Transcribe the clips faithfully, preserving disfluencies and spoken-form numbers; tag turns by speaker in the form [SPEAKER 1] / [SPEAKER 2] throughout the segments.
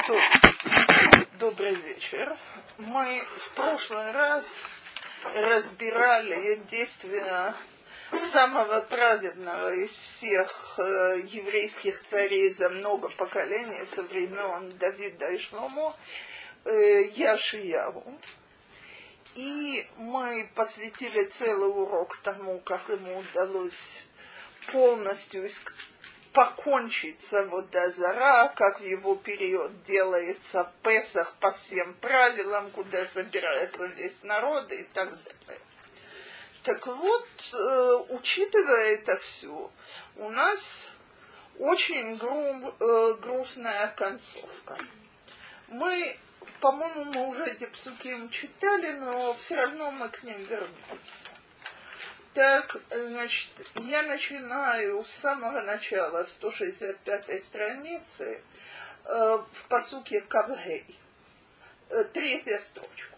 [SPEAKER 1] То, добрый вечер. Мы в прошлый раз разбирали действия самого праведного из всех э, еврейских царей за много поколений со времен Давида и Шломо, э, Яшияву. И мы посвятили целый урок тому, как ему удалось полностью покончить с авода зара, как в его период делается Песах по всем правилам, куда собирается весь народ и так далее. Так вот, э, учитывая это все, у нас очень гру, э, грустная концовка. Мы, по-моему, мы уже эти псуким читали, но все равно мы к ним вернемся. Так, значит, я начинаю с самого начала, сто шестьдесят пятой страницы, э, в пасуке Кавгей, э, третья строчка.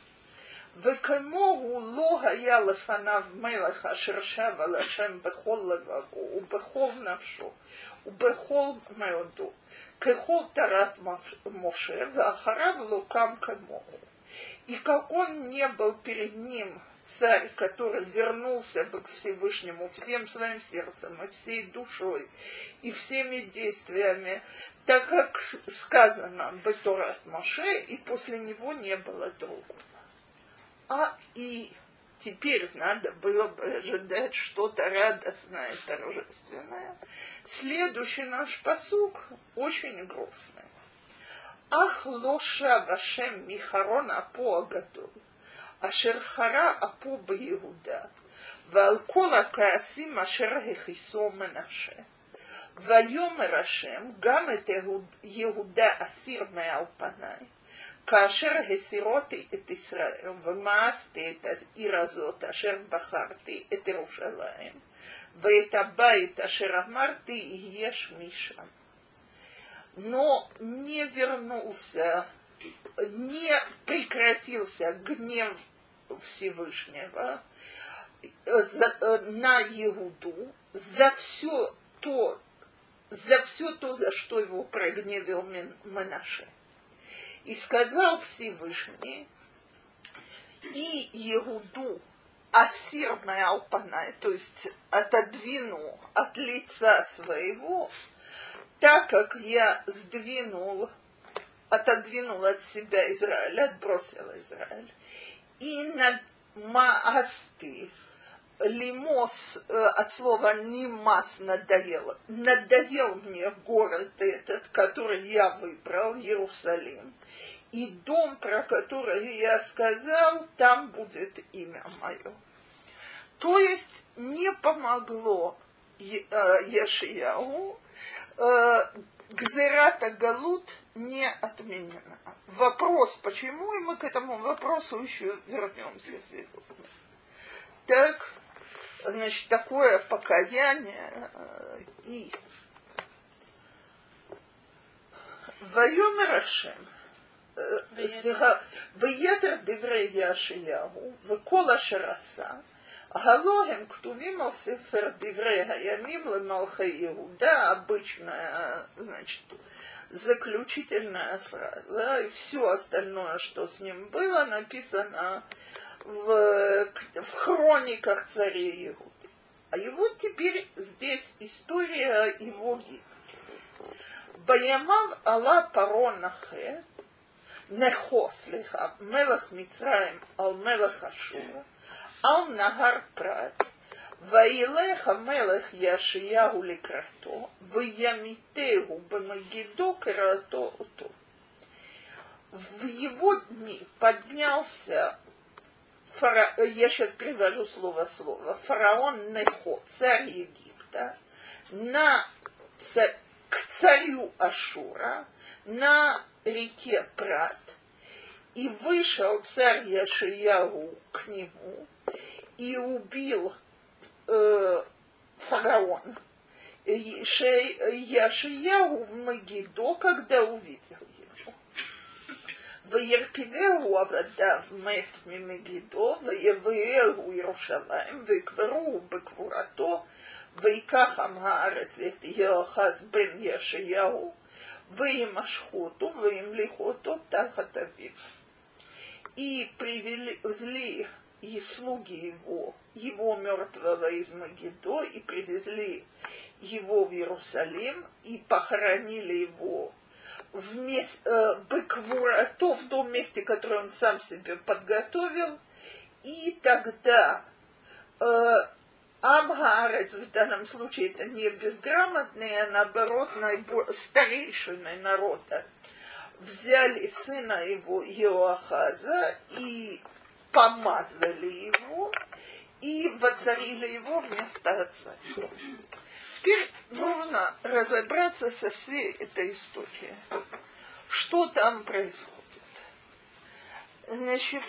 [SPEAKER 1] וכמוהו לא היה לפניו מלך אשר שב על השם בכל לבבו ובכל נפשו ובכל מאודו ככל תורת משה ואחריו לא קם כמוהו. И как он не был перед ним царь, который вернулся бы к Всевышнему всем своим сердцем и всей душой и всеми действиями, так как сказано «Беторат Моше», и после него не было другого. А и теперь надо было бы ожидать что-то радостное и торжественное. Следующий наш пасук очень грустный. Ах лоша вашем михарон апо агадол, ашер хара апо биегуда, ועל כל הכעסים אשר הכיסו מנשה. ויאמר השם גם את יהודה אסיר מעל פניי. כאשר הסירותי את ישראל ומאסתי את העיר הזאת אשר בחרתי את ירושלים ואת הבית אשר אמרתי יהיה שמי שם. Но не вернулся, не прекратился гнев Всевышнего на Иуду за все то, за все то, за что его прогневил Менаше. И сказал Всевышний, и Иуду асир меалпанай, то есть отодвинул от лица своего, так как я сдвинул, отодвинул от себя Израиль, отбросил Израиль. И над маасты, лимос, от слова нимас надоел, надоел мне город этот, который я выбрал, Иерусалим. И дом, про который я сказал, там будет имя мое. То есть не помогло Яшияу, Гзерат галут не отменена. Вопрос, почему, и мы к этому вопросу еще вернемся сегодня. Так, значит, такое покаяние и Вайомер Ашем, ויתר דברי ישעיהו וכל אשר עשה, הלא הם כתובים על ספר דברי הימים למלכי יהודה, обычная, значит, заключительная фраза, и все остальное, что с ним было, написано в, в хрониках царей Иуды. А и вот теперь здесь история его гибели. Баямав Алла Паро Нахе, Нехо, слиха, Мелах Мицраим, Ал Мелах Ашура, Ал Нагар Прат, Ваилеха Мелах Яшияу Ликрато, Ваямитегу Бамагидо Карато Ото. В его дни поднялся, фара... я сейчас привожу слово-слово, фараон Нехо, царь Египта, на царь, к царю Ашура, на реке Прат, и вышел царь Яшияу к нему и убил э, фараон Яшияу в Мегидо, когда увидел его. וירכבהו עבדיו מת ממגידו, ויביאהו ירושלים, ויקברוהו בקבורתו, ויקח עם הארץ את יהואחז בן ישעיהו, Веем Ашхоту, веем Лихоту, Тахатавив. И привезли и слуги его, его мертвого из Мегидо, и привезли его в Иерусалим, и похоронили его в месте, э, Беквура, то в том месте, которое он сам себе подготовил. И тогда э, Амгаарец, в данном случае это не безграмотные, а наоборот наиболее старейшины народа, взяли сына его Иоахаза и помазали его, и воцарили его вместо отца. Теперь нужно разобраться со всей этой историей. Что там происходит? Значит,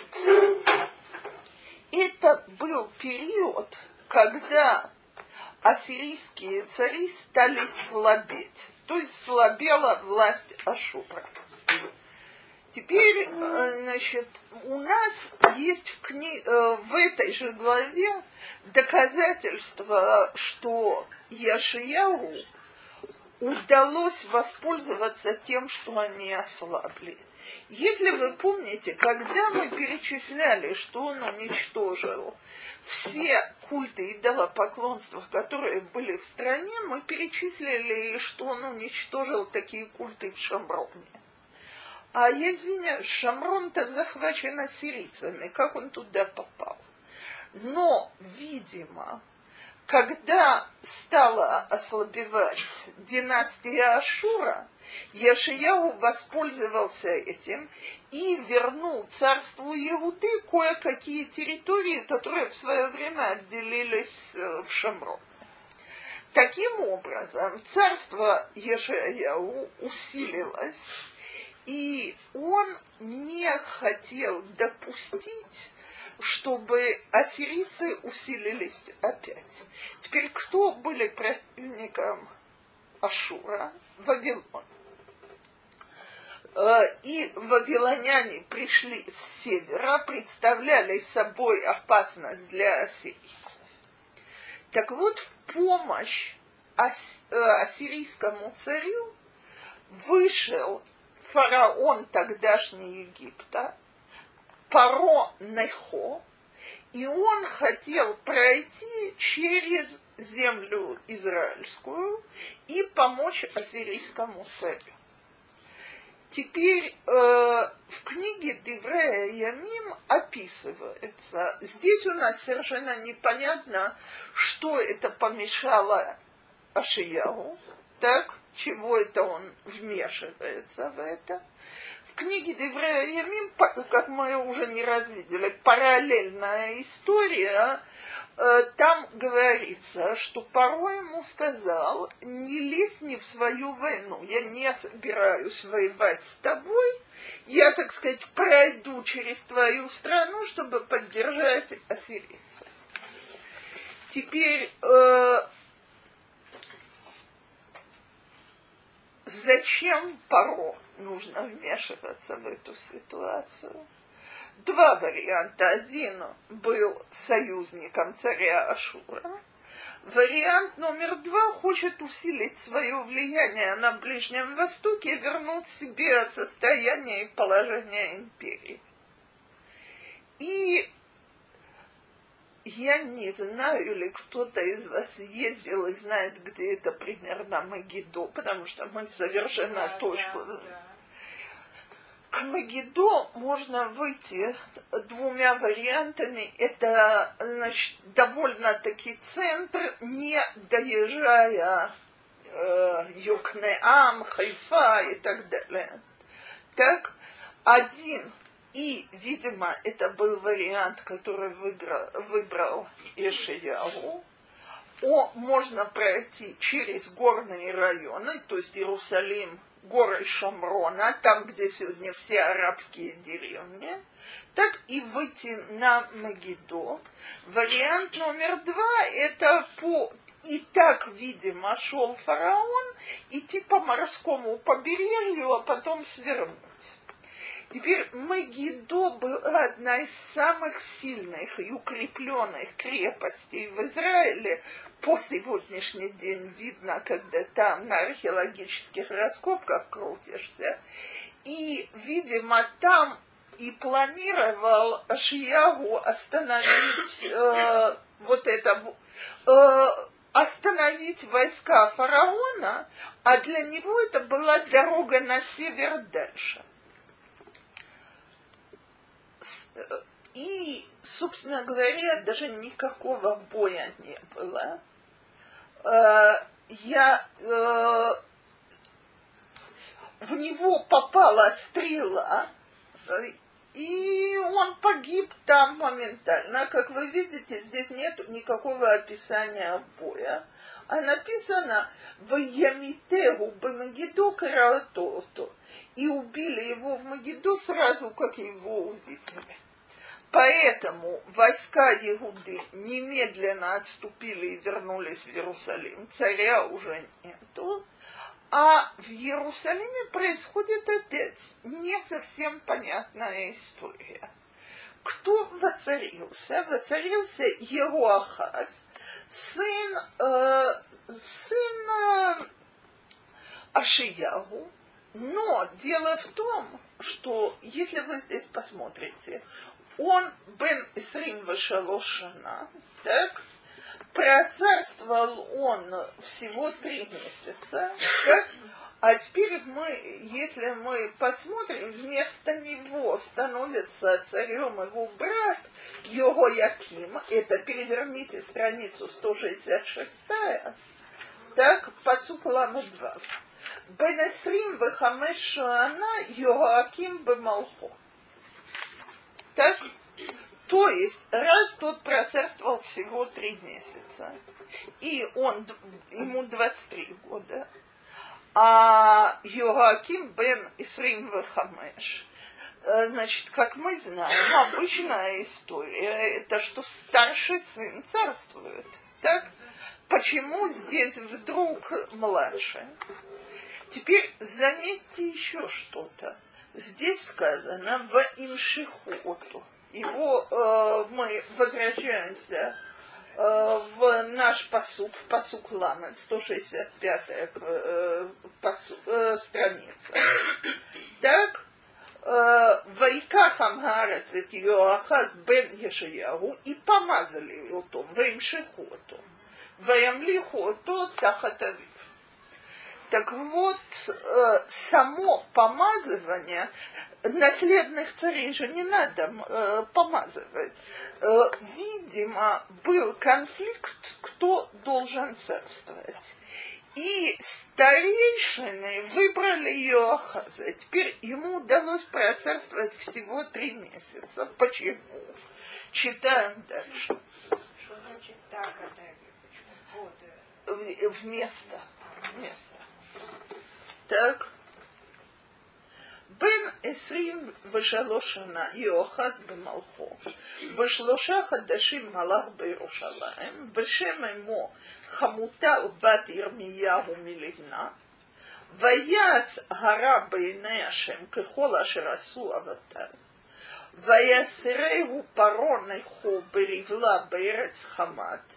[SPEAKER 1] это был период, когда ассирийские цари стали слабеть. То есть слабела власть Ашура. Теперь, значит, у нас есть в, кни... в этой же главе доказательства, что Йошаяху удалось воспользоваться тем, что они ослабли. Если вы помните, когда мы перечисляли, что он уничтожил все культы идолопоклонства, которые были в стране, мы перечислили, что он уничтожил такие культы в Шамроне. А я извиняюсь, Шамрон-то захвачен ассирийцами, как он туда попал? Но, видимо, когда стала ослабевать династия Ашура, Йошаяху воспользовался этим и вернул царству Иуды кое-какие территории, которые в свое время отделились в Шамроне. Таким образом, царство Йошаяху усилилось, и он не хотел допустить, чтобы ассирийцы усилились опять. Теперь кто были противником Ашура? Вавилон. И вавилоняне пришли с севера, представляли собой опасность для ассирийцев. Так вот, в помощь ассирийскому царю вышел фараон тогдашнего Египта, Паро Нехо, и он хотел пройти через землю израильскую и помочь ассирийскому царю. Теперь э, в книге Деврей Ямим описывается, здесь у нас совершенно непонятно, что это помешало Ашияху, так, чего это он вмешивается в это. В книге Деврей Ямим, как мы уже не раз видели, параллельная история, там говорится, что Паро ему сказал: не лезь не в свою войну, я не собираюсь воевать с тобой, я, так сказать, пройду через твою страну, чтобы поддержать ассирийцев. Теперь, э, зачем Паро нужно вмешиваться в эту ситуацию? Два варианта. Один был союзником царя Ашура. Вариант номер два хочет усилить свое влияние на Ближнем Востоке и вернуть себе состояние и положение империи. И я не знаю, или кто-то из вас ездил и знает, где это примерно Мегидо, потому что мы совершенно да, точно... Да, да. К Мегидо можно выйти двумя вариантами. Это, значит, довольно-таки центр, не доезжая э, Йокнеам, Хайфа и так далее. Так, один, и, видимо, это был вариант, который выбрал, выбрал Йошаяху. О, можно пройти через горные районы, то есть Иерусалим, горы Шамрона, там, где сегодня все арабские деревни, так и выйти на Мегидо. Вариант номер два – это по... И так, видимо, шел фараон, идти по морскому побережью, а потом свернуть. Теперь Мегидо была одна из самых сильных и укрепленных крепостей в Израиле. По сегодняшний день видно, когда там на археологических раскопках крутишься. И, видимо, там и планировал Ашиягу остановить э, вот это... Э, остановить войска фараона, а для него это была дорога на север дальше. И, собственно говоря, даже никакого боя не было. Я, в него попала стрела, и он погиб там моментально. Как вы видите, здесь нет никакого описания боя. А написано «Ваямитегу б'Мегидо караотото». И убили его в Мегидо сразу, как его увидели. Поэтому войска Иуды немедленно отступили и вернулись в Иерусалим. Царя уже нету. А в Иерусалиме происходит опять не совсем понятная история. Кто воцарился? Воцарился Иоахаз, сын, э, сын э, Ашиягу. Но дело в том, что, если вы здесь посмотрите, он бен Исрим Вашалошана, так? Процарствовал он всего три месяца, так? А теперь мы, если мы посмотрим, вместо него становится царем его брат Йеhoяким, это переверните страницу сто шестьдесят шесть, так, пасук ламед вав. Бен Исрим вехамеш шана Йеhoяким бемалхо. Так? То есть, раз тот процарствовал всего три месяца, и он, ему двадцать три года, а Йоаким бен Исрим вехамеш, значит, как мы знаем, обычная история, это что старший сын царствует. Так? Почему здесь вдруг младший? Теперь заметьте еще что-то. Здесь сказано «в имшихоту». Его э, мы возвращаемся э, в наш пасук, в пасук ламед, сто шестьдесят пятая э, пасук, э, страница. Так, «Ваиках амгарец эт Йоахаз бен Ешаяху» и помазали его том, «Ваимшихоту», «Ваямлихоту тахат авив». Так вот, э, само помазывание, наследных царей же не надо э, помазывать. Э, видимо, был конфликт, кто должен царствовать. И старейшины выбрали Йоахаза. Теперь ему удалось процарствовать всего три месяца. Почему? Читаем дальше.
[SPEAKER 2] Что значит так, это
[SPEAKER 1] вместо. Вместо. Так. Бен Эсрим вешалошана Йоахаз бемалхо, вешлоша хадашим малах בירושלים, ושם אמו חמוטל בת ירמיהו מלבנה, ויעש הרע בעיני השם ככל אשר עשו אבותיו, ויסרהו פרעה נכו ברבלה בארץ חמת,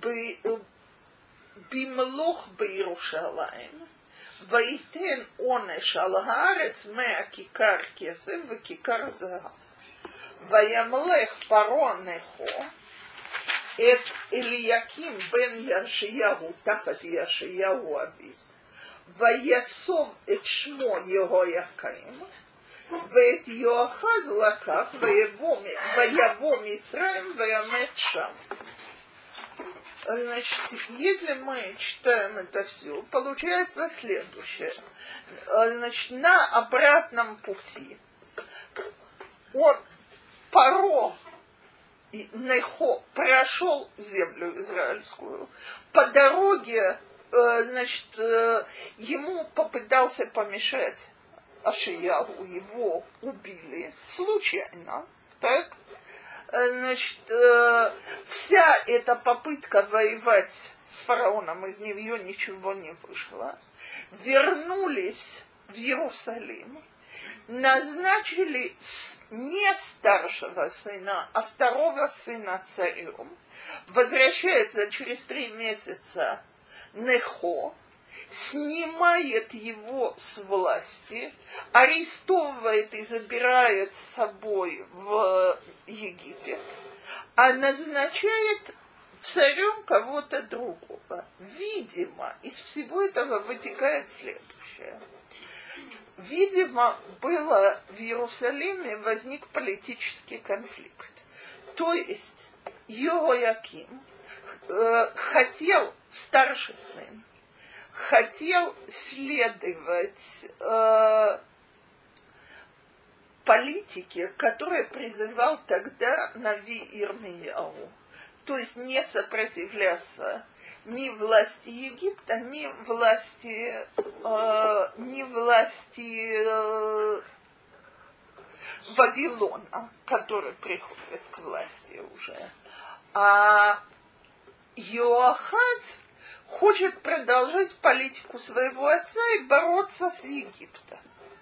[SPEAKER 1] במלוך בירושלים, וייתן עונש על הארץ מאה כיכר כסף וכיכר זהב. וימלך פרעה נכו את אליקים בן יאשיהו תחת יאשיהו אביו, ויסוב את שמו יהויקים, ואת יואחז לקח ויבוא מצרים וימת שם. Значит, если мы читаем это все, получается следующее. Значит, на обратном пути он Паро Нехо прошел землю израильскую. По дороге, значит, ему попытался помешать Ашиягу, его убили случайно, так? Значит, вся эта попытка воевать с фараоном, из нее ничего не вышло. Вернулись в Иерусалим. назначили не старшего сына, а второго сына царем. Возвращается через три месяца Нехо, снимает его с власти, арестовывает и забирает с собой в Египет, а назначает царем кого-то другого. Видимо, из всего этого вытекает следующее. Видимо, было в Иерусалиме возник политический конфликт. То есть Йоаким э, хотел, старший сын, хотел следовать э, политике, которую призывал тогда Нави Ирмияу. То есть не сопротивляться ни власти Египта, ни власти, э, ни власти э, Вавилона, который приходит к власти уже. А Йоахаз хочет продолжать политику своего отца и бороться с Египтом.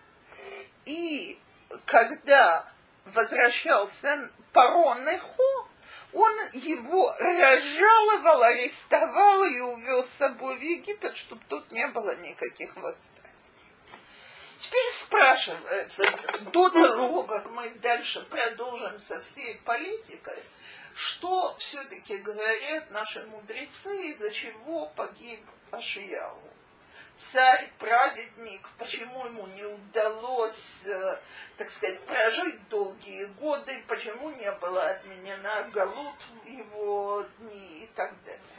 [SPEAKER 1] И когда возвращался Паро Нехо, он его разжаловал, арестовал и увез с собой в Египет, чтобы тут не было никаких восстаний. Теперь спрашивается, до того, как мы дальше продолжим со всей политикой, что все-таки говорят наши мудрецы, из-за чего погиб Ашияу? Царь, праведник, почему ему не удалось, так сказать, прожить долгие годы, почему не была отменена галут в его дни и так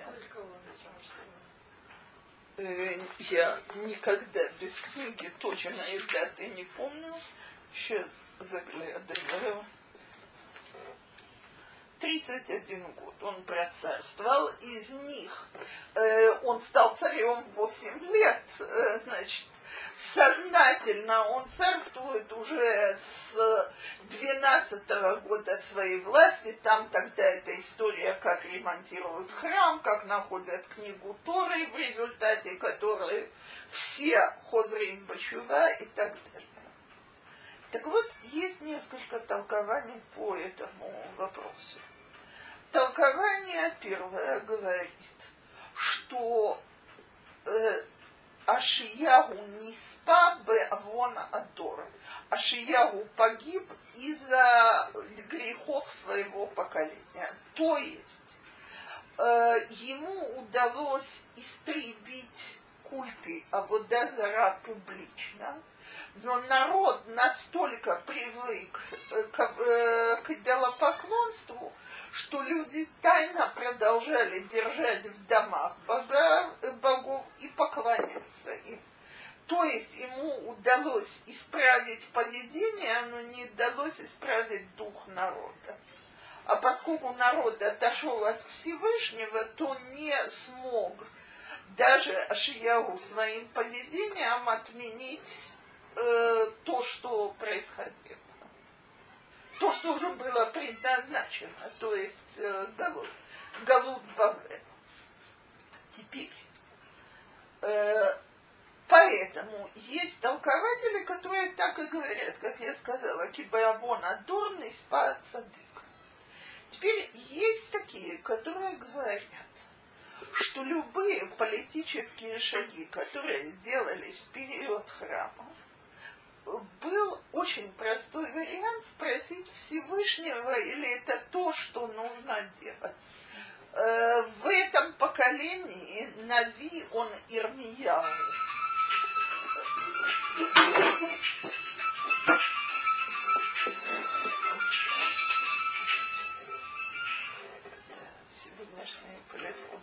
[SPEAKER 1] далее. Я никогда без книги точной даты не помню. Сейчас заглядываю. тридцать один год он процарствовал, из них э, он стал царем восемь лет, э, значит, сознательно он царствует уже с двенадцатого года своей власти, там тогда эта история, как ремонтируют храм, как находят книгу Торы, в результате которой все хозрим бачува и так далее. Так вот, есть несколько толкований по этому вопросу. Толкование первое говорит, что э, Ашиягу не спа бе авона адор. Ашиягу погиб из-за грехов своего поколения. То есть э, ему удалось истребить культы авода зара публично, но народ настолько привык к, к идолопоклонству, что люди тайно продолжали держать в домах бога, богов и поклоняться им. То есть ему удалось исправить поведение, но не удалось исправить дух народа. А поскольку народ отошел от Всевышнего, то не смог даже Ашиягу своим поведением отменить э, то, что происходило. То, что уже было предназначено, то есть э, галут, галут Бавель. Теперь, э, поэтому есть толкователи, которые так и говорят, как я сказала, кибаавон адорный спа цадык. Теперь есть такие, которые говорят, что любые политические шаги, которые делались в период храма, был очень простой вариант спросить Всевышнего, или это то, что нужно делать. В этом поколении Нави он Ирмияу. Сегодняшние телефоны.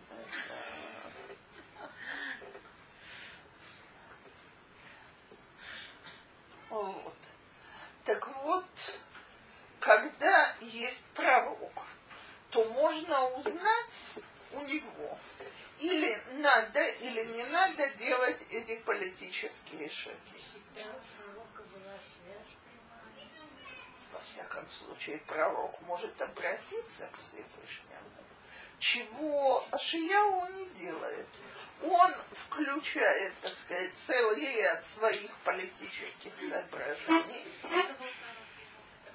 [SPEAKER 1] Вот. Так вот, когда есть пророк, то можно узнать у него, или надо, или не надо делать эти политические шаги. Во всяком случае, пророк может обратиться к Всевышнему, чего Ашияу не делает. Он включает, так сказать, целый ряд своих политических соображений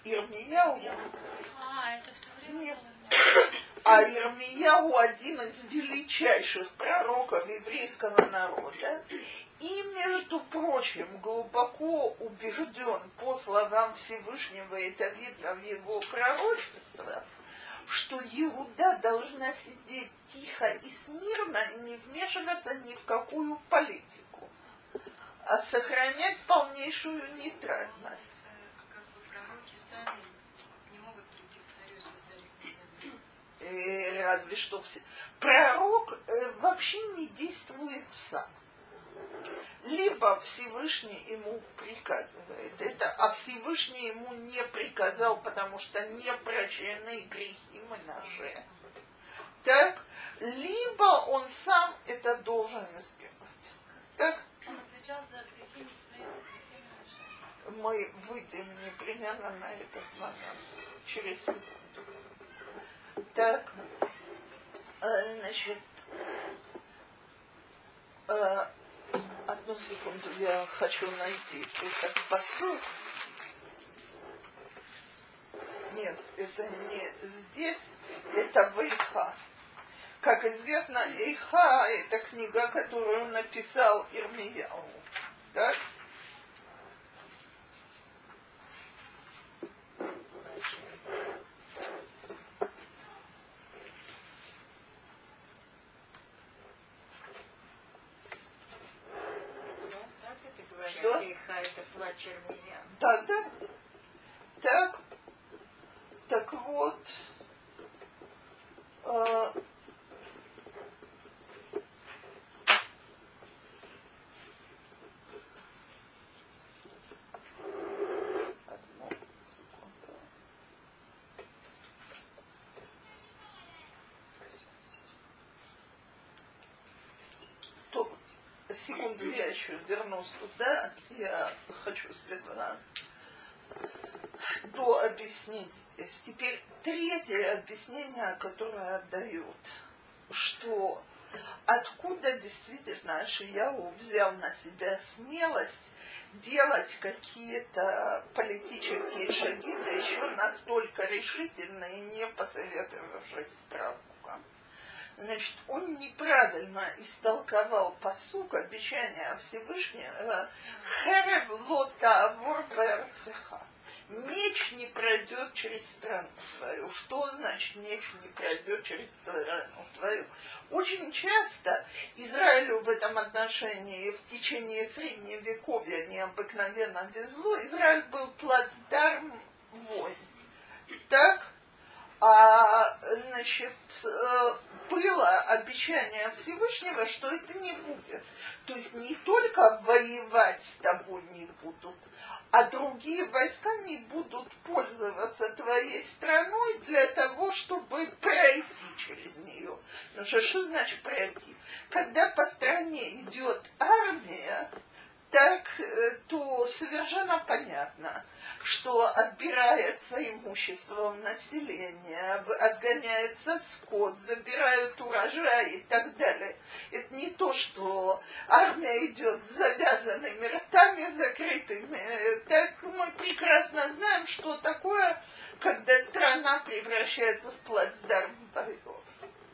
[SPEAKER 1] Ирмияу.
[SPEAKER 2] А, это в то время
[SPEAKER 1] Нет.
[SPEAKER 2] было?
[SPEAKER 1] А Ирмияу один из величайших пророков еврейского народа и, между прочим, глубоко убежден по словам Всевышнего, это видно в его пророчествах, что Иуда должна сидеть тихо и смирно и не вмешиваться ни в какую политику, а сохранять полнейшую нейтральность.
[SPEAKER 2] Как бы пророки сами не могут прийти к царю, если царь их не зовет.
[SPEAKER 1] Э, разве что все. Пророк э, вообще не действует сам. Либо Всевышний ему приказывает это, а Всевышний ему не приказал, потому что не прощены грехи мы наши. Так? Либо он сам это должен сделать. Так?
[SPEAKER 2] Он отвечал за грехи свои, за грехи наши.
[SPEAKER 1] Мы выйдем непременно на этот момент через секунду. Так, э, значит, э, одну секунду, я хочу найти этот посыл. Нет, это не здесь, это в Эйха. Как известно, Эйха – это книга, которую написал Ирмияу. Так? Что?
[SPEAKER 2] Это плач Ирмияу.
[SPEAKER 1] Да, да. Так, так вот, э, одну секунду. То, секунду, я еще вернусь туда. Я хочу сперва до объяснить здесь. Теперь третье объяснение, которое отдают, что откуда действительно Ашияу взял на себя смелость делать какие-то политические шаги, да еще настолько решительные, не посоветовавшись с пророком. Значит, он неправильно истолковал пасук обещания Всевышнего «Херев лота авор бэрцеха». Меч не пройдет через страну твою. Что значит меч не пройдет через страну твою? Очень часто Израилю в этом отношении в течение Средневековья необыкновенно везло. Израиль был плацдарм войн. Так? А, значит, было обещание Всевышнего, что это не будет. То есть не только воевать с тобой не будут, а другие войска не будут пользоваться твоей страной для того, чтобы пройти через нее. Ну что, что значит пройти? Когда по стране идет армия, так, то совершенно понятно, что отбирается имущество у населения, отгоняется скот, забирают урожай и так далее. Это не то, что армия идет с завязанными ртами, закрытыми. Так мы прекрасно знаем, что такое, когда страна превращается в плацдарм боев.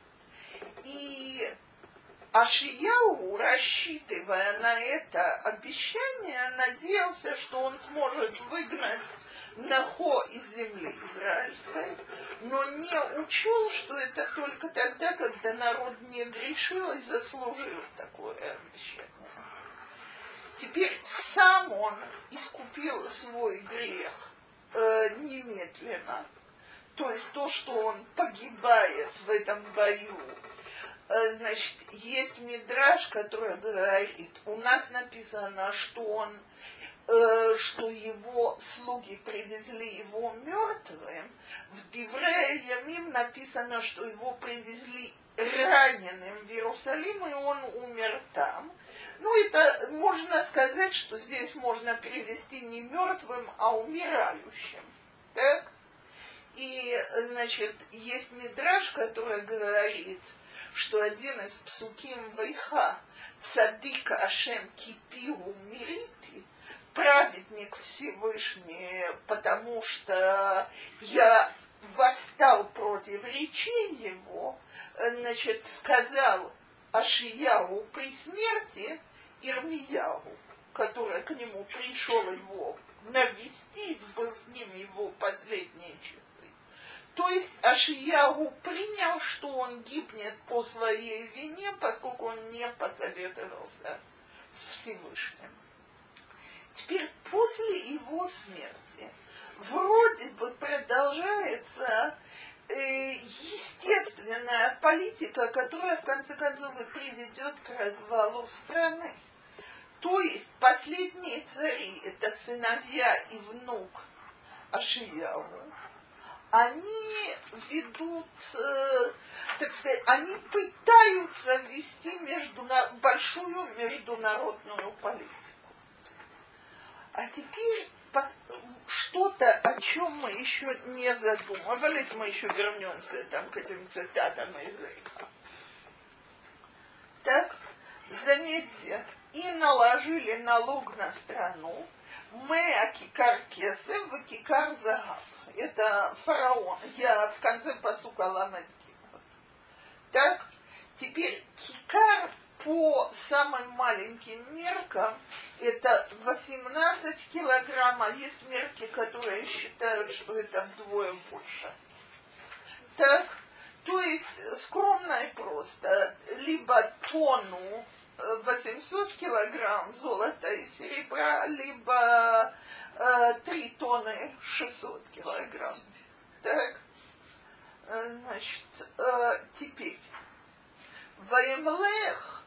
[SPEAKER 1] И Ашияу, рассчитывая на это обещание, надеялся, что он сможет выгнать Нахо из земли израильской, но не учел, что это только тогда, когда народ не грешил и заслужил такое обещание. Теперь сам он искупил свой грех э, немедленно, то есть то, что он погибает в этом бою. Значит, есть мидраш, который говорит, у нас написано, что он, э, что его слуги привезли его мертвым, в Деврея Ямим написано, что его привезли раненым в Иерусалим, и он умер там. Ну, это можно сказать, что здесь можно перевести не мертвым, а умирающим. Так? И, значит, есть мидраш, который говорит, что один из псуким Вайха, цадика Ашем кипиру мирити, праведник Всевышний, потому что я восстал против речей его, значит, сказал Ашияу при смерти Ирмияу, который к нему пришел его навестить, был с ним его последние часы. То есть Ашияу принял, что он гибнет по своей вине, поскольку он не посоветовался с Всевышним. Теперь после его смерти вроде бы продолжается э, естественная политика, которая в конце концов и приведет к развалу страны. То есть последние цари, это сыновья и внук Ашияу, они ведут, э, так сказать, они пытаются вести междуна- большую международную политику. А теперь что-то, о чем мы еще не задумывались, мы еще вернемся там, к этим цитатам из Эйха. Так, заметьте, и наложили налог на страну, мы кикар кесев, вы кикар загав. Это фараон. Я в конце пасука ламет гимел. Так, теперь кикар по самым маленьким меркам это восемнадцать килограмм, а есть мерки, которые считают, что это вдвое больше. Так, то есть скромно и просто, либо тонну восемьсот килограмм золота и серебра, либо э, три тонны шестьсот килограмм. Так, значит, э, теперь Ваемлех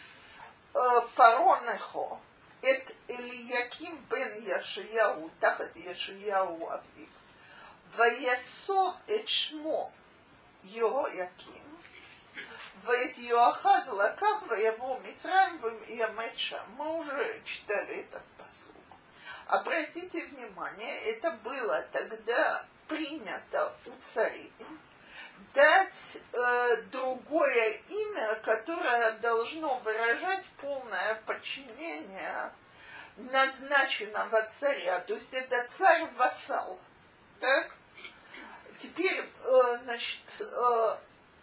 [SPEAKER 1] Паронехо, эт Элияким бен Яшияу, тахат Яшияу авив, Ваясо эт шмо Йоаким, Ваэт Йоахаз лаках ваяву Мицраим ваямет шам. Мы уже читали этот пасук. Обратите внимание, это было тогда принято у царей дать э, другое имя, которое должно выражать полное подчинение назначенного царя. То есть это царь-вассал. Так? Теперь, э, значит, э,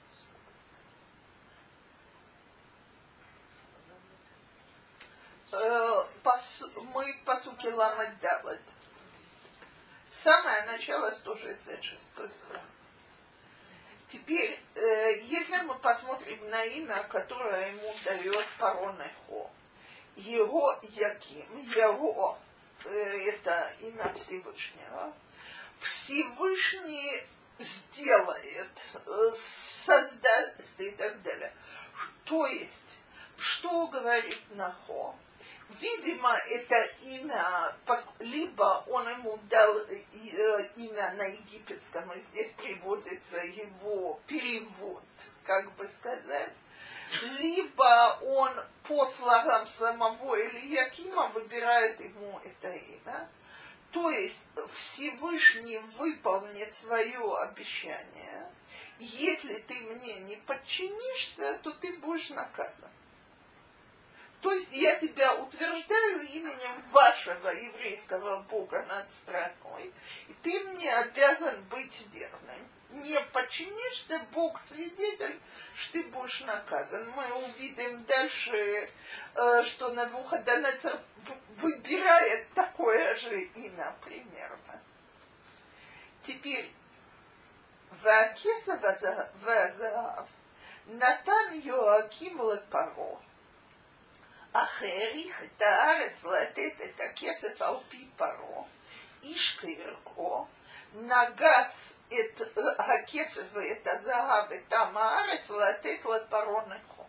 [SPEAKER 1] э, пас, мы в пасуке ламет далет. Самое начало сто шестьдесят шестой страны. Теперь, э, если мы посмотрим на имя, которое ему дает Паронехо, его Яким, его, э, это имя Всевышнего, Всевышний сделает, э, создаст и так далее. То есть, что говорит Нахо? Видимо, это имя, либо он ему дал имя на египетском, и здесь приводится его перевод, как бы сказать, либо он по словам самого Элиякима выбирает ему это имя. То есть Всевышний выполнит свое обещание. Если ты мне не подчинишься, то ты будешь наказан. То есть я тебя утверждаю именем вашего еврейского Бога над страной, и ты мне обязан быть верным. Не подчинишься, Бог свидетель, что ты будешь наказан. Мы увидим дальше, что Навуходоносор выбирает такое же имя примерно. Теперь, Ваакеса вазаав Натан Йоаким лепаро. Ахерих таарец латет это кесеф алпи паро, ишка ирко, нагас это кесеф это загав это маарец латет лепаронехо.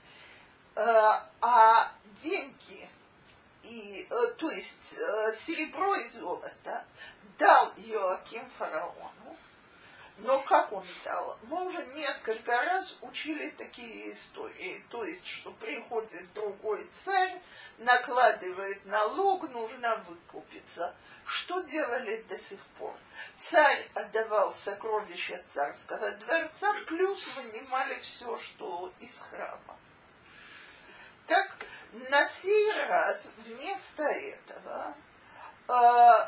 [SPEAKER 1] А деньги, и, то есть серебро и золото, дал Йоаким фараону. Но как он дал? Мы уже несколько раз учили такие истории. То есть, что приходит другой царь, накладывает налог, нужно выкупиться. Что делали до сих пор? Царь отдавал сокровища царского дворца, плюс вынимали все, что из храма. Так, На сей раз вместо этого э,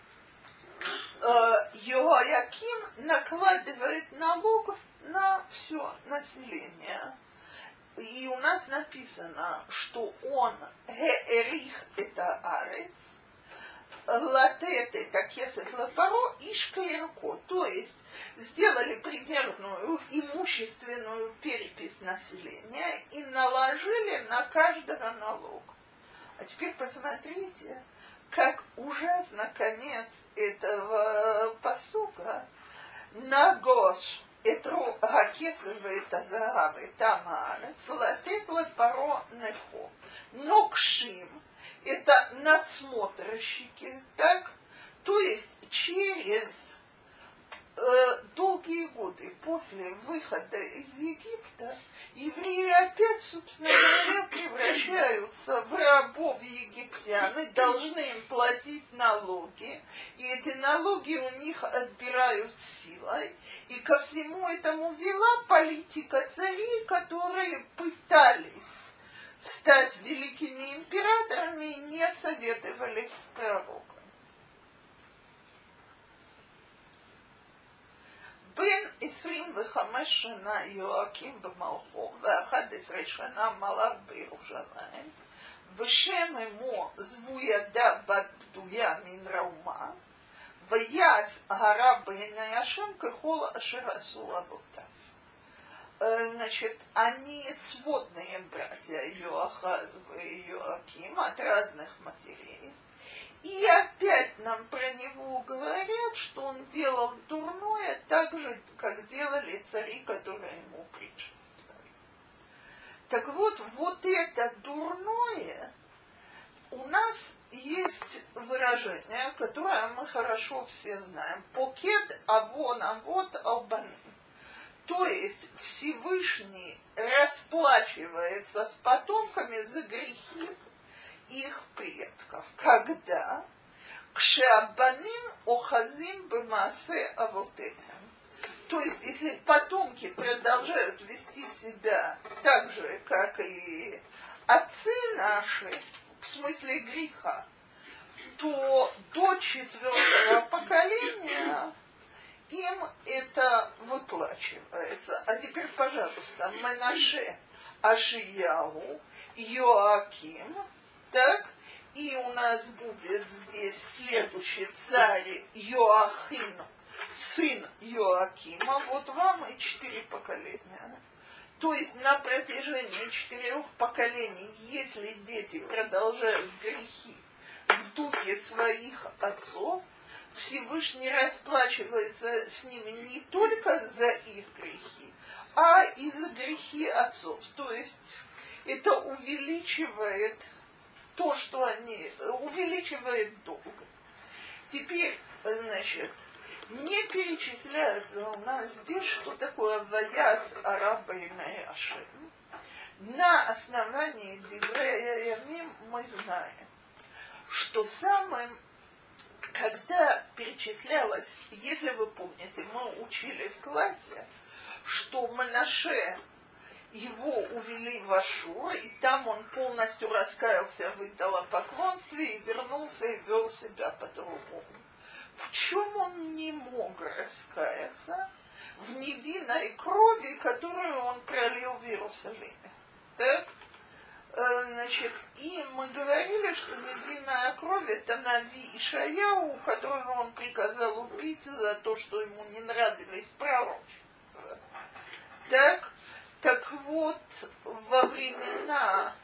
[SPEAKER 1] э, Йоаким накладывает налог на все население. И у нас написано, что он геэрих это арец, латет это кесет лапаро и шкаирко, то есть сделали примерную имущественную перепись населения и наложили на каждого налог. А теперь посмотрите, как ужасно конец этого пасука. Нагош этру гакесовы тазагавы тамарец латет лапаро нехо. Нокшим — это надсмотрщики, так? То есть через э, долгие годы после выхода из Египта евреи опять, собственно говоря, превращаются в рабов египтян и должны им платить налоги. И эти налоги у них отбирают силой. И ко всему этому вела политика царей, которые пытались стать великими императорами и не советовались с пророком. בין עשרים וחמש שנה יואקים במלכו, ואחת עשרה שנה מלך בירושלים, ושם אמו זבוידה בת בדויה מן ראומה, ויעש הרע בעיני השם ככל אשר עשו אבותיו. Значит, они сводные братья Йоахаз и Йоаким от разных матерей. И опять нам про него говорят, что он делал дурное так же, как делали цари, которые ему предшествовали. Так вот, вот это дурное, у нас есть выражение, которое мы хорошо все знаем. Покед авон авот албаним. То есть Всевышний расплачивается с потомками за грехи их предков. Когда? Кшеабаним охазим бемаасе авотеhem. То есть, если потомки продолжают вести себя так же, как и отцы наши, в смысле греха, то до четвертого поколения им это выплачивается. А теперь, пожалуйста, Менаше, Ашияу, Йоаким, так, и у нас будет здесь следующий царь Йоахин, сын Йоакима, вот вам и четыре поколения. То есть на протяжении четырех поколений, если дети продолжают грехи в духе своих отцов, Всевышний расплачивается с ними не только за их грехи, а и за грехи отцов. То есть это увеличивает то, что они, увеличивает долг. Теперь, значит, не перечисляется у нас здесь, что такое ваяс араба и наяшем. На основании Диврея Ямим мы знаем, что самым, когда перечислялось, если вы помните, мы учили в классе, что Менаше, его увели в Ашур, и там он полностью раскаялся в идолопоклонстве и вернулся и вел себя по-другому. В чем он не мог раскаяться? В невинной крови, которую он пролил в Иерусалиме. Так? Значит, и мы говорили, что невинная кровь — это Нави Ишаяу, которого он приказал убить за то, что ему не нравились пророчества. Так? Так вот, во времена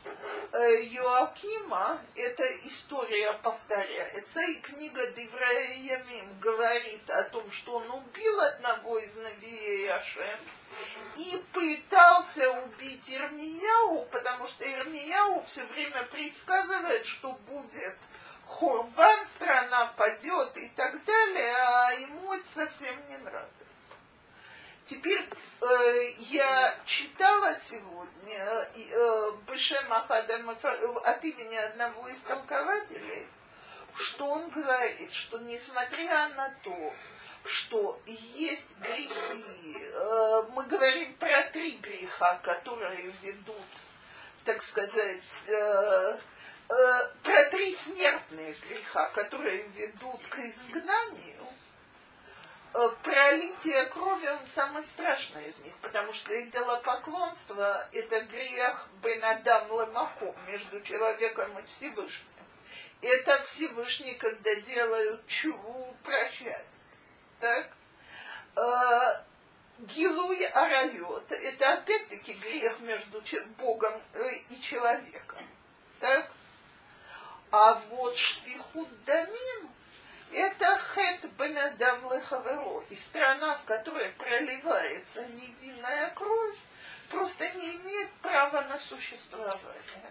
[SPEAKER 1] Йоакима эта история повторяется, и книга Диврея Ямим говорит о том, что он убил одного из Навией Ашем и пытался убить Ирмияу, потому что Ирмияу все время предсказывает, что будет Хурбан, страна падет и так далее, а ему это совсем не нравится. Теперь э, я читала сегодня э, Бешем Ахадам от имени одного из толкователей, что он говорит, что несмотря на то, что есть грехи, э, мы говорим про три греха, которые ведут так сказать, э, э, про три смертные греха, которые ведут к изгнанию, э, пролитие крови, он самый страшный из них, потому что идолопоклонство – это грех бен адам лемаком, между человеком и Всевышним. Это Всевышний, когда делают чуву, прощает. Так? Э, Гилуй арайот – это опять-таки грех между Богом и человеком. Так? А вот шпихут дамим – это хэт бен адам лехаверо. И страна, в которой проливается невинная кровь, просто не имеет права на существование.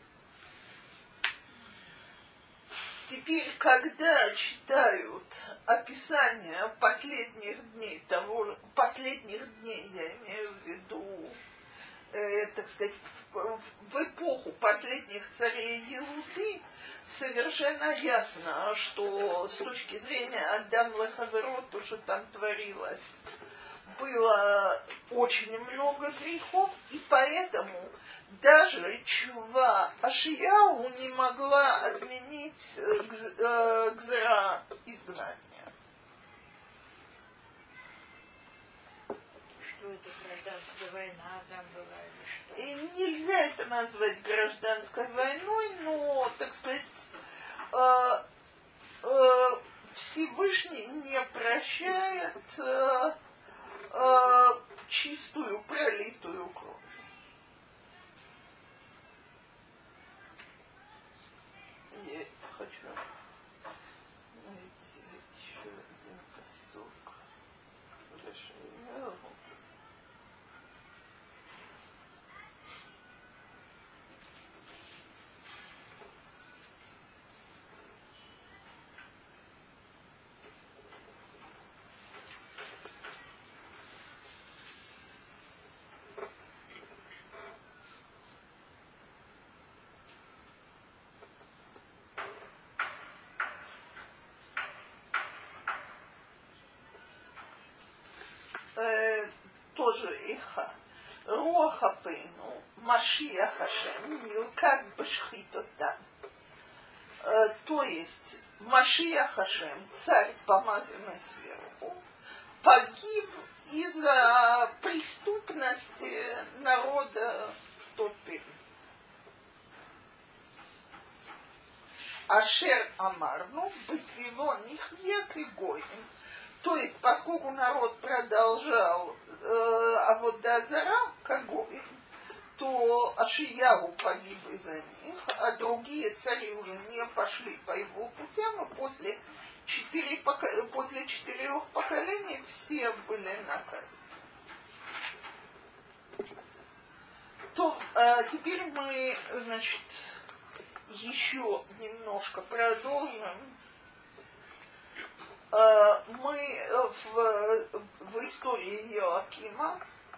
[SPEAKER 1] Теперь, когда читают описание последних дней, того, последних дней, я имею в виду, э, так сказать, в, в эпоху последних царей Иуды, совершенно ясно, что с точки зрения Адам лехаверо, то, что там творилось, было очень много грехов, и поэтому даже чува Ашияу не могла отменить гзера изгнания.
[SPEAKER 3] Что это, гражданская война там была или что?
[SPEAKER 1] И нельзя это назвать гражданской войной, но, так сказать, э, э, Всевышний не прощает э, э, чистую пролитую кровь. Я хочу найти еще один кусок Решаяу. Э, тоже иха. Руахапейну, Машия Хашем, Нилкак Башхитота. Э, то есть Машия Хашем, царь, помазанный сверху, погиб из-за преступности народа в тот период. Ашер Амарну, Бытвиво, Нихьет и Гоим. То есть, поскольку народ продолжал э, Аводазара, как Гоим, то Ашияу погиб из-за них, а другие цари уже не пошли по его путям, и после, четыре, после четырех поколений все были наказаны. То э, теперь мы, значит, еще немножко продолжим. Мы в, в истории Иоакима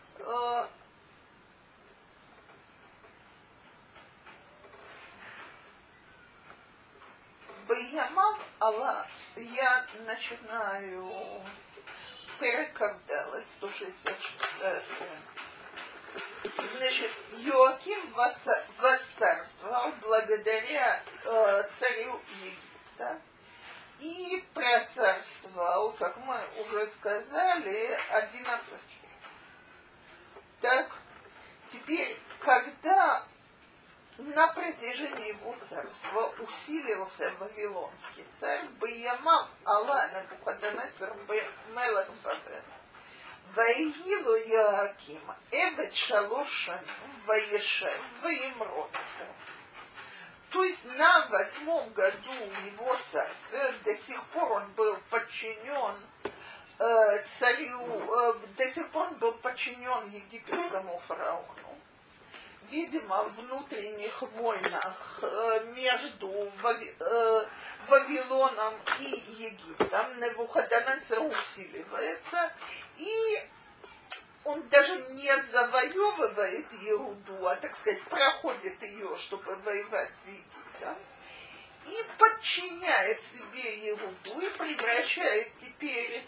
[SPEAKER 1] Бейямав Алла, я начинаю перекавдалать, сто шестьдесят шестая страница. Значит, Иоаким восцарствовал благодаря э, царю Египта и процарствовал, как мы уже сказали, одиннадцать лет. Так, теперь, когда на протяжении его царства усилился вавилонский царь, Бейямав Алла Навуходонецер мелех Бавел, Ваигилу Иоаким Эвет Шалош Шаним Ваешев Ваимродху. То есть на восьмом году его царства до сих пор он был подчинен э, царю, э, до сих пор он был подчинен египетскому фараону. Видимо, в внутренних войнах э, между Вави, э, Вавилоном и Египтом Навуходонецер усиливается, и он даже не завоевывает Иуду, а, так сказать, проходит ее, чтобы воевать с Египтом, и подчиняет себе Иуду, и превращает теперь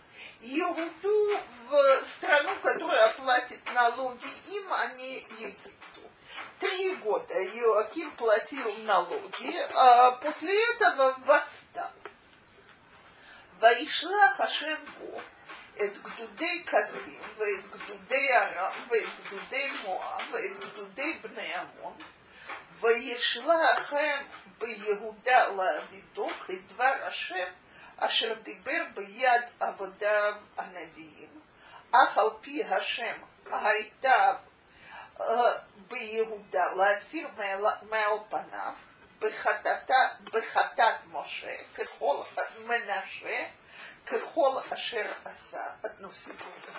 [SPEAKER 1] Иуду в страну, которая платит налоги им, а не Египту. Три года Иоаким платил налоги, а после этого восстал. Ваишла Хашем Бо, эт гдудей Казбим, вэт гдудей Арам, вэт гдудей Моав, вэт гдудей Бней Амон, ваишла Хем б'Егуда лa'авидо, кедвар Ашем, אשר דיבר ביד עבדיו הנביאים, אך על פי השם הייתה ביהודה להסיר מעל פניו בחטאת משה, ככל מנשה, ככל אשר עשה. одну секунду.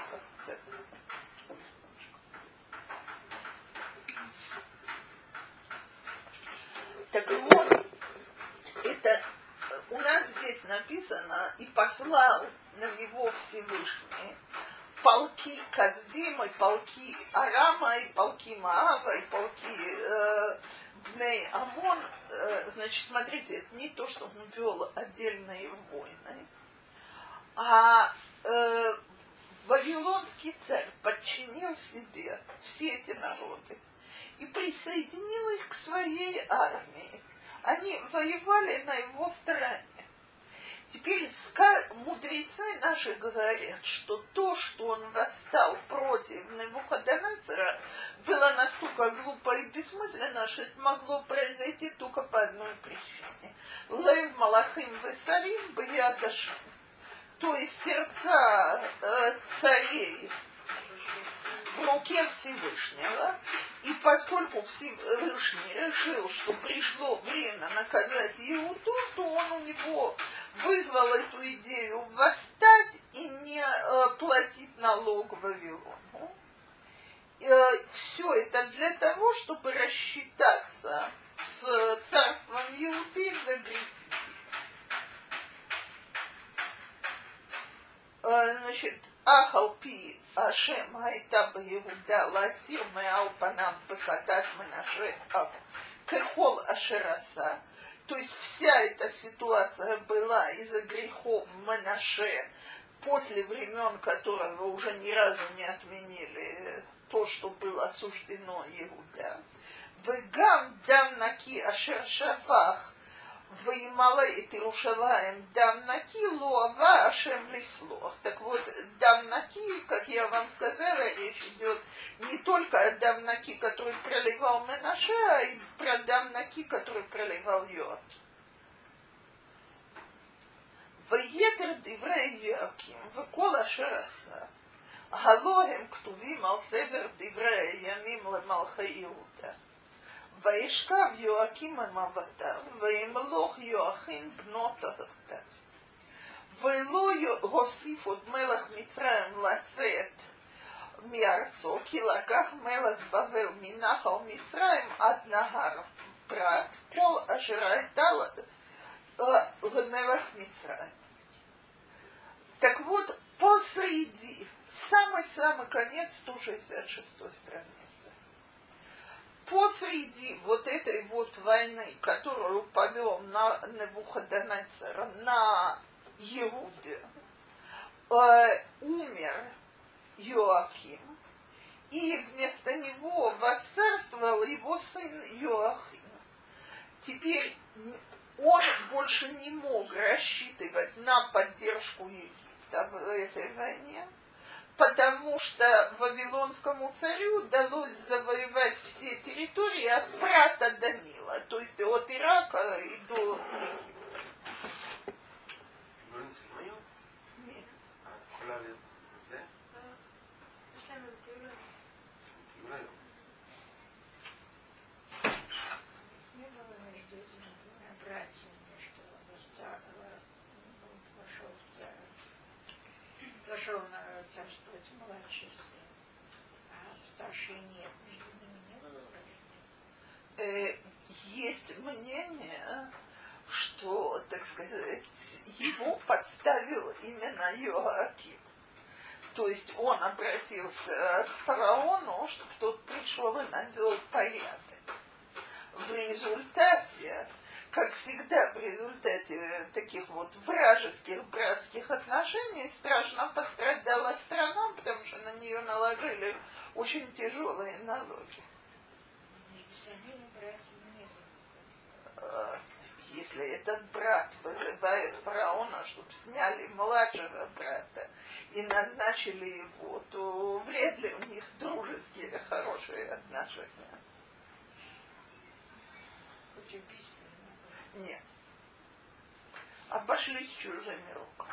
[SPEAKER 1] Так вот, это у нас здесь написано, и послал на него Всевышний полки Казбима, и полки Арама, и полки Маава, и полки э, Бней Амон. Э, значит, смотрите, это не то, что он вел отдельные войны, а э, вавилонский царь подчинил себе все эти народы и присоединил их к своей армии. Они воевали на его стороне. Теперь мудрецы наши говорят, что то, что он восстал против Навуходоносора, было настолько глупо и бессмысленно, что это могло произойти только по одной причине. Лев Малахим Весарим Б'ядашим. То есть сердца э, царей в руке Всевышнего, и поскольку Всевышний решил, что пришло время наказать Иуду, то он у него вызвал эту идею восстать и не э, платить налог Вавилону. Э, все это для того, чтобы рассчитаться с царством Иуды за грехи. Э, значит, Ахалпи Ашем Айта Б'Егуда Ласир Меал Панам Бехатат Менаше Кехол Ашераса. То есть вся эта ситуация была из-за грехов Менаше, после времен которого уже ни разу не отменили то, что было осуждено Иуда. Вегам дам наки Ашер Шафах Ваималает Иерушалаем дам наки лоава Ашем лислох. Так вот, дам наки, как я вам сказала, речь идет не только о дам наки, который проливал Менаше, а и про дам наки, который проливал Йоаким. Ваетер диврей Йоаким, векол ашер аса, галоhem ктувим ал север диврей ямим лемалха Иуда. וישכב יואקים עם אבותיו, וימלוך יואכין בנו תחתיו. ולא הוסיף עוד מלך מצרים לצאת מארצו, כי לקח מלך בבל מנחל מצרים עד נהר פרת, כל אשר הייתה למלך מצרים. Так вот, посреди, самый-самый конец, сто шестьдесят шестой страницы. Посреди вот этой вот войны, которую повел на Навуходоносор, на Иуде, э, умер Йоаким, и вместо него восцарствовал его сын Йоахим. Теперь он больше не мог рассчитывать на поддержку Египта в этой войне, потому что вавилонскому царю удалось завоевать все территории от Прата до Нила, то есть от Ирака и до Египта. Нет.
[SPEAKER 3] Не было между этими двумя братьями, что вошел в царь. Зашел на царствовать младший сын, а старший нет, между ними не было вражды.
[SPEAKER 1] Э, есть мнение, что, так сказать, его подставил именно Йоаким. То есть он обратился к фараону, чтобы тот пришел и навел порядок. В результате, как всегда, в результате таких вот вражеских братских отношений страшно пострадала страна, потому что на нее наложили очень тяжелые налоги.
[SPEAKER 3] остальными братьями не было.
[SPEAKER 1] Э, Если этот брат вызывает фараона, чтобы сняли младшего брата и назначили его, то вряд ли у них дружеские, хорошие отношения.
[SPEAKER 3] Хоть убийство не было.
[SPEAKER 1] Нет. Обошлись чужими руками.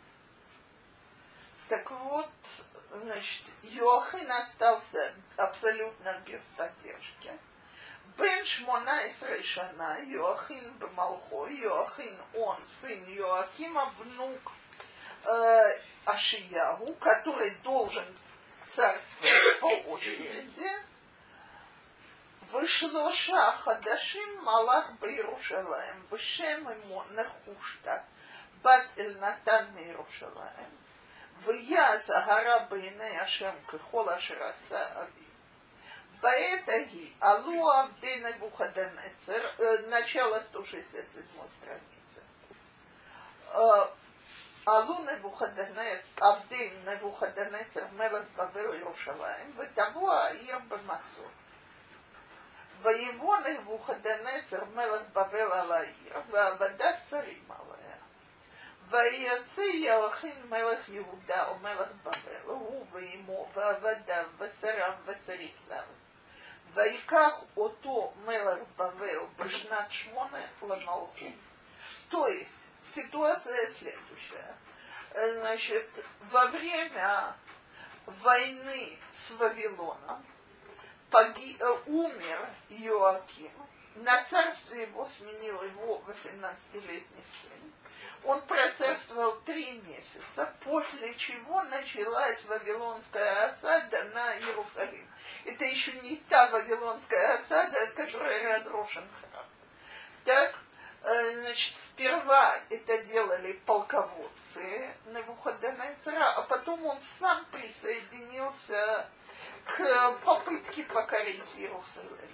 [SPEAKER 1] Так вот, значит, Йоахин остался абсолютно без поддержки. Бен Шмона Исрей Шана, Йоахин Бемалхо, Йоахин он сын Йоакима, внук э, Ашиягу, который должен царствовать по очереди. Вышлоша Хадашим Малах Бейрушалаем, Вышем ему Нехушта, Бат Эль-Натан Мейрушалаем, Вияз Агара Бейне Ашем Кехола Шираса Ави. Баэтаги Алу Авдей Навуходонецер, начало сто шестьдесят седьмой страницы. Алу Навуходонецер, Авдей Навуходонецер, Мелах Бавел Иерушалаем, Вытаво Аир Бамасот. Воевон Навуходонецер, Мелах Бавел Алаир, Вавадав Царим Алая. ויצא יואכין מלך יהודה ומלך בבל, הוא ואמו ועבדיו ושריו ושריסיו. ויקח אותו מלך בבל בשנת שמונה למלכות. То есть ситуация следующая. Значит, во время войны с Вавилоном погиб, умер Йоаким. На царстве его сменил его восемнадцатилетний сын. Он процарствовал три месяца, после чего началась вавилонская осада на Иерусалим. Это еще не та вавилонская осада, от которой разрушен храм. Так, значит, сперва это делали полководцы Навуходоносора, а потом он сам присоединился к попытке покорить Иерусалим.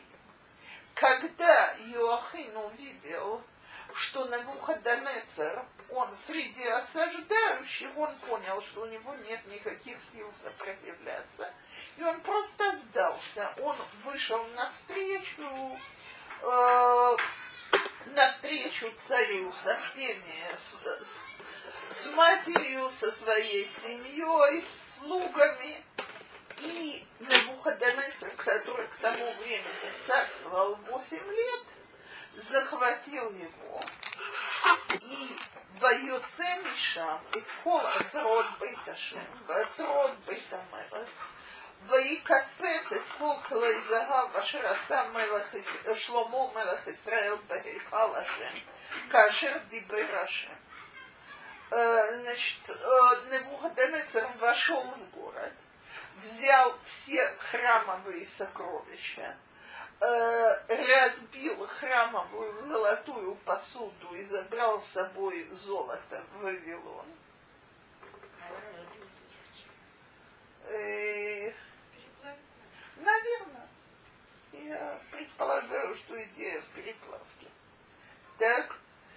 [SPEAKER 1] Когда Йоахин увидел, что Навуходоносор, он среди осаждающих, он понял, что у него нет никаких сил сопротивляться. И он просто сдался. Он вышел навстречу, э, навстречу царю со всеми, с, с, с матерью, со своей семьей, с слугами. И Навуходоносор, который к тому времени царствовал восемь лет, захватил его, и воюце Мишам, и кол ацрот бейташем, ацрот бейтамелах, ויקצץ את כל כלי זהב אשר עשה שלמה מלך ישראל בהיכל השם, כאשר דיבר השם. Значит, Навуходоносор вошел в город, взял все храмовые сокровища, разбил храмовую золотую посуду и забрал с собой золото в Вавилон. Э, наверное. Я предполагаю, что идея в переплавке. Так.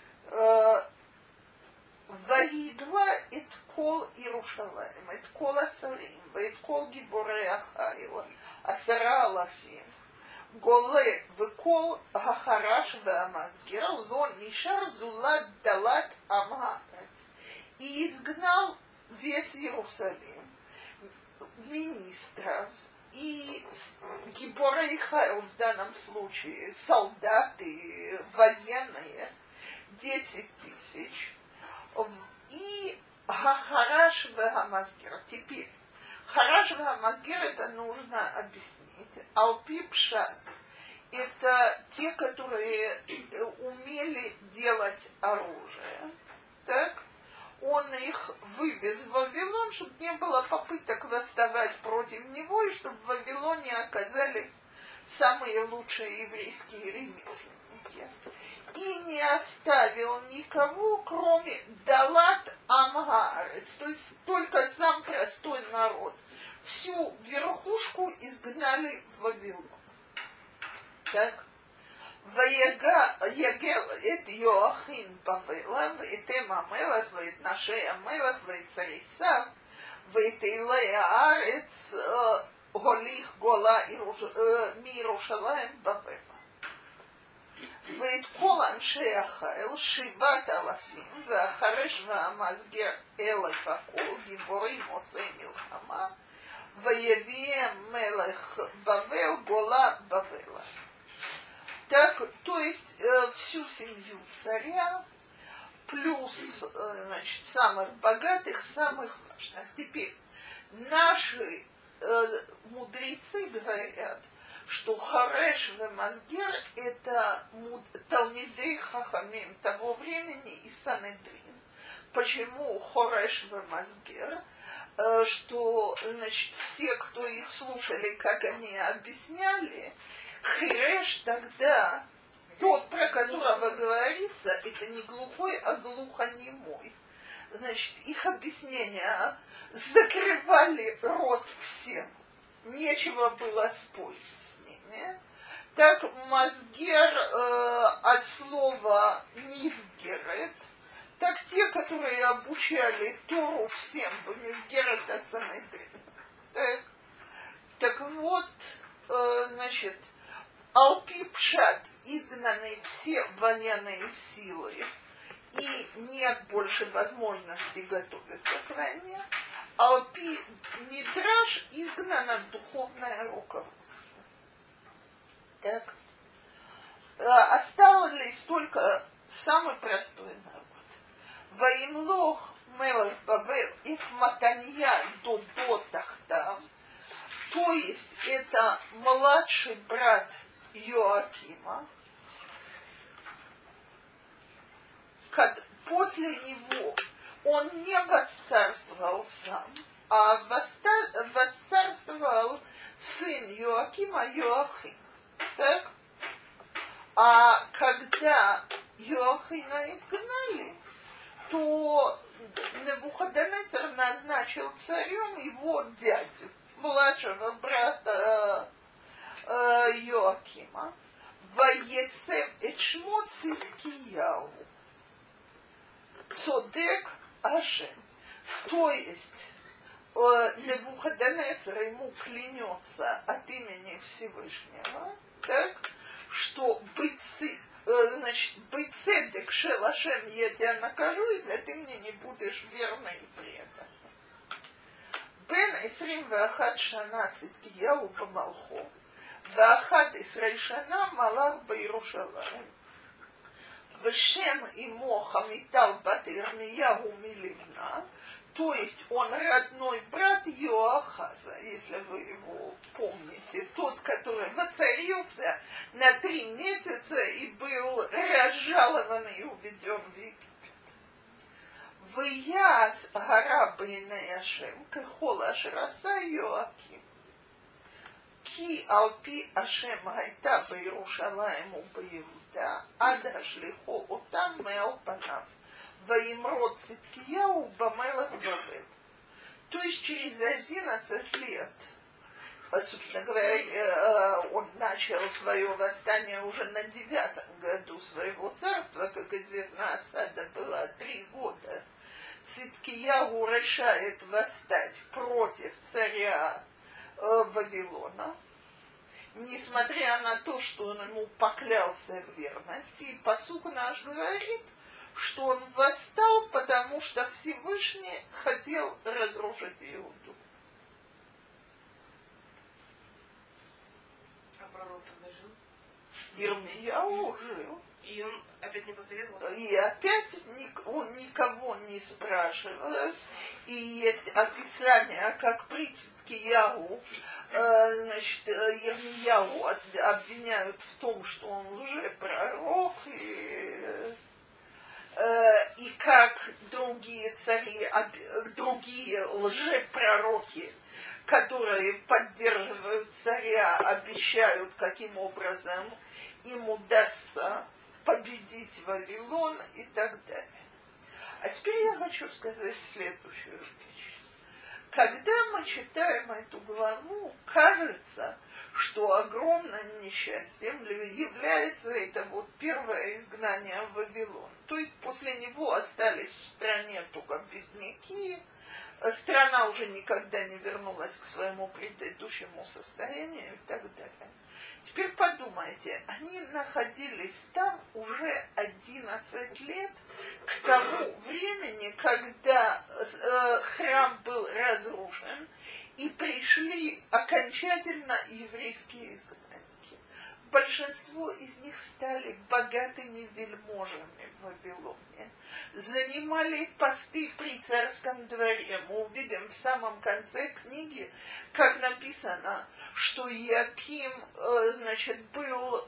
[SPEAKER 1] Ваигла эт кол Иерушалаим, эт кол асарим, эт кол гиборей ахайла, асара алафим. Голе векол хахараш веамазгер, ло нишар зулат далат амаарец. И изгнал весь Иерусалим, министров и гиборей хайл в данном случае, солдаты, военные, десять тысяч. И Хахараш веамазгер. Теперь Хараш веамазгер это нужно объяснить. Алпи пшат это те, которые умели делать оружие. Так? Он их вывез в Вавилон, чтобы не было попыток восставать против него, и чтобы в Вавилоне оказались самые лучшие еврейские ремесленники. И не оставил никого, кроме Далат Амгарец, то есть только сам простой народ. Всю верхушку изгнали в Вавилон. Так? Ваягел эт Йоахин Бавела, вэт Амелах, вэт Нашей Амелах, вэт Царисав, вэт Илея Арец, Голих Гола Мирушалаем Бавела. ואת כל אנשי החיל שבעת אלפים, והחרש והמסגר אלף הכל, גיבורים עושי מלחמה, ויביאם мелех Бавел, гола Бавела. Так, то есть э, всю семью царя, плюс, э, значит, самых богатых, самых важных. Теперь наши э, мудрецы говорят, что Хареш и Масгер – это талмидей хахамим того времени и Санедрин. Почему Хореш и Масгер? Что, значит, все, кто их слушали, как они объясняли, Хиреш тогда, тот, про которого говорится, это не глухой, а глухонемой. Значит, их объяснения закрывали рот всем. Нечего было спорить с ними. Так Масгер э, от слова Низгерет, так те, которые обучали Тору всем, Бамизгерета Санедрин. Так, так вот, э, значит, Алпи Пшат изгнаны все военные силы, и нет больше возможности готовиться к войне. Алпи Мидраш изгнано духовное руководство. Так. Осталось только самый простой народ. Ваимлох мелех Бавел ит Матанья додо тахтав, то есть это младший брат Йоакима. После него он не восцарствовал сам, а восцарствовал сын Йоакима Йоахим. Так? А когда Йоахима изгнали, то Навуходоносор назначил царем его дядю, младшего брата э, Йоакима, Ваесем Эчмо Циткияу, Цодек Ашем. То есть э, Навуходоносор ему клянется от имени Всевышнего, так, что быть значит, быть цедек шелашем, я тебя накажу, если ты мне не будешь верной и преданной. Бен Исрим Вахад Шана Циткияу Бамалхо, Вахад Исрай Шана Малах Баирушалаем, Вешем имо Хамитал Бат Ирмияу Миливна, то есть он родной брат Йоахаза, если вы его помните, тот, который воцарился на три месяца и был разжалован и уведен в Египет. Вияс гара бейней Ашем, кехол ашераса Йоаким. Ки алпи Ашем гайта бейрушалаем убеюда, адаш лихо отам меал панав. Ваимрод Циткияу Бамелах Бавел. То есть через одиннадцать лет, собственно говоря, он начал свое восстание уже на девятом году своего царства, как известно, осада была три года. Циткияу решает восстать против царя Вавилона, несмотря на то, что он ему поклялся в верности. И пасук наш говорит, что он восстал, потому что Всевышний хотел разрушить Иуду.
[SPEAKER 2] А пророк тогда жил?
[SPEAKER 1] Ирмияу жил.
[SPEAKER 2] И он опять не посоветовал?
[SPEAKER 1] И опять он никого не спрашивает. И есть описание, как при Циткияу, значит, Ирмияу обвиняют в том, что он лжепророк, и и как другие цари, другие лжепророки, которые поддерживают царя, обещают, каким образом им удастся победить Вавилон и так далее. А теперь я хочу сказать следующую вещь. Когда мы читаем эту главу, кажется, что огромным несчастьем является это вот первое изгнание в Вавилон. То есть после него остались в стране только бедняки, страна уже никогда не вернулась к своему предыдущему состоянию и так далее. Теперь подумайте, они находились там уже одиннадцать лет к тому времени, когда э, храм был разрушен, и пришли окончательно еврейские изгнанники. Большинство из них стали богатыми вельможами в Вавилоне, занимали посты при царском дворе. Мы увидим в самом конце книги, как написано, что Иаким, значит, был,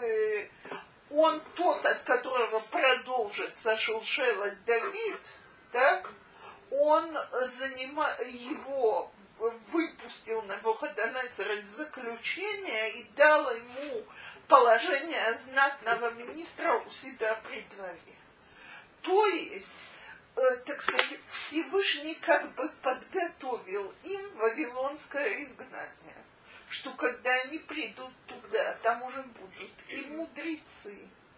[SPEAKER 1] он тот, от которого продолжится Шилшелот Давид, так? Он занима, его выпустил Навуходоносор из заключения и дал ему положение знатного министра у себя при дворе. То есть, э, так сказать, Всевышний как бы подготовил им вавилонское изгнание, что когда они придут туда, там уже будут и мудрецы,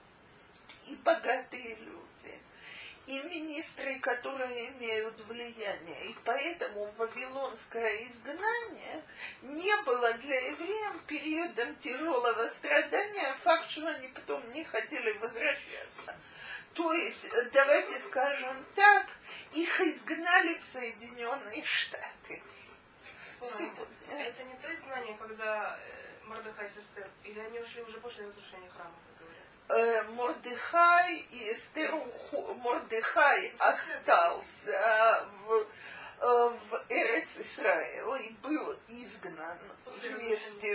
[SPEAKER 1] и богатые люди, и министры, которые имеют влияние. И поэтому вавилонское изгнание не было для евреев периодом тяжелого страдания, факт, что они потом не хотели возвращаться. То есть, давайте скажем так, их изгнали в Соединенные Штаты.
[SPEAKER 4] Сегодня. Это не то изгнание, когда Мордехай с Эстер, или они ушли уже после разрушения храма, как говорят?
[SPEAKER 1] Мордехай и Эстер, Мордехай остался в, в Эрец Исраэл и был изгнан вместе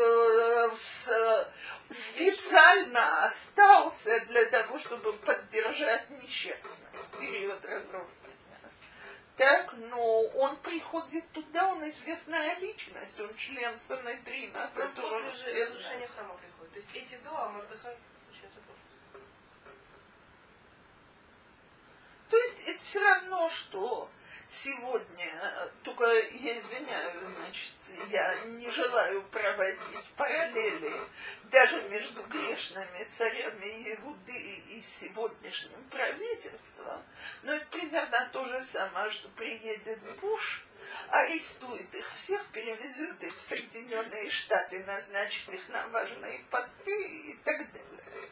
[SPEAKER 1] с, специально остался для того, чтобы поддержать несчастных в период разрушения. Так, но он приходит туда, он известная личность, он член Санедрина, который
[SPEAKER 4] все разрушение храма приходит. То есть эти до, а Мордехай получается тоже.
[SPEAKER 1] То есть это все равно, что сегодня, только я извиняюсь, значит, я не желаю проводить параллели даже между грешными царями Иуды и сегодняшним правительством, но это примерно то же самое, что приедет Буш, арестует их всех, перевезет их в Соединенные Штаты, назначит их на важные посты и так далее.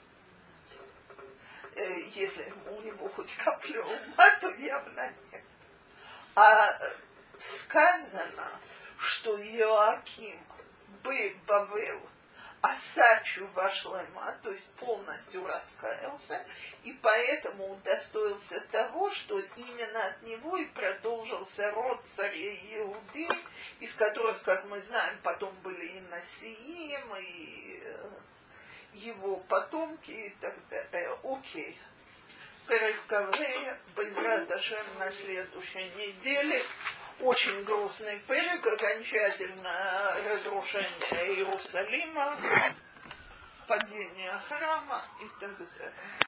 [SPEAKER 1] Если у него хоть капля ума, то явно нет. А сказано, что Иоаким бы Бавел Асачу Вашлема, то есть полностью раскаялся, и поэтому удостоился того, что именно от него и продолжился род царей Иуды, из которых, как мы знаем, потом были и Насиим, и его потомки и так далее. Окей. Перек Каврей, Безрат Ашем на следующей неделе. Очень грустный перек, окончательное разрушение Иерусалима, падение храма и так далее.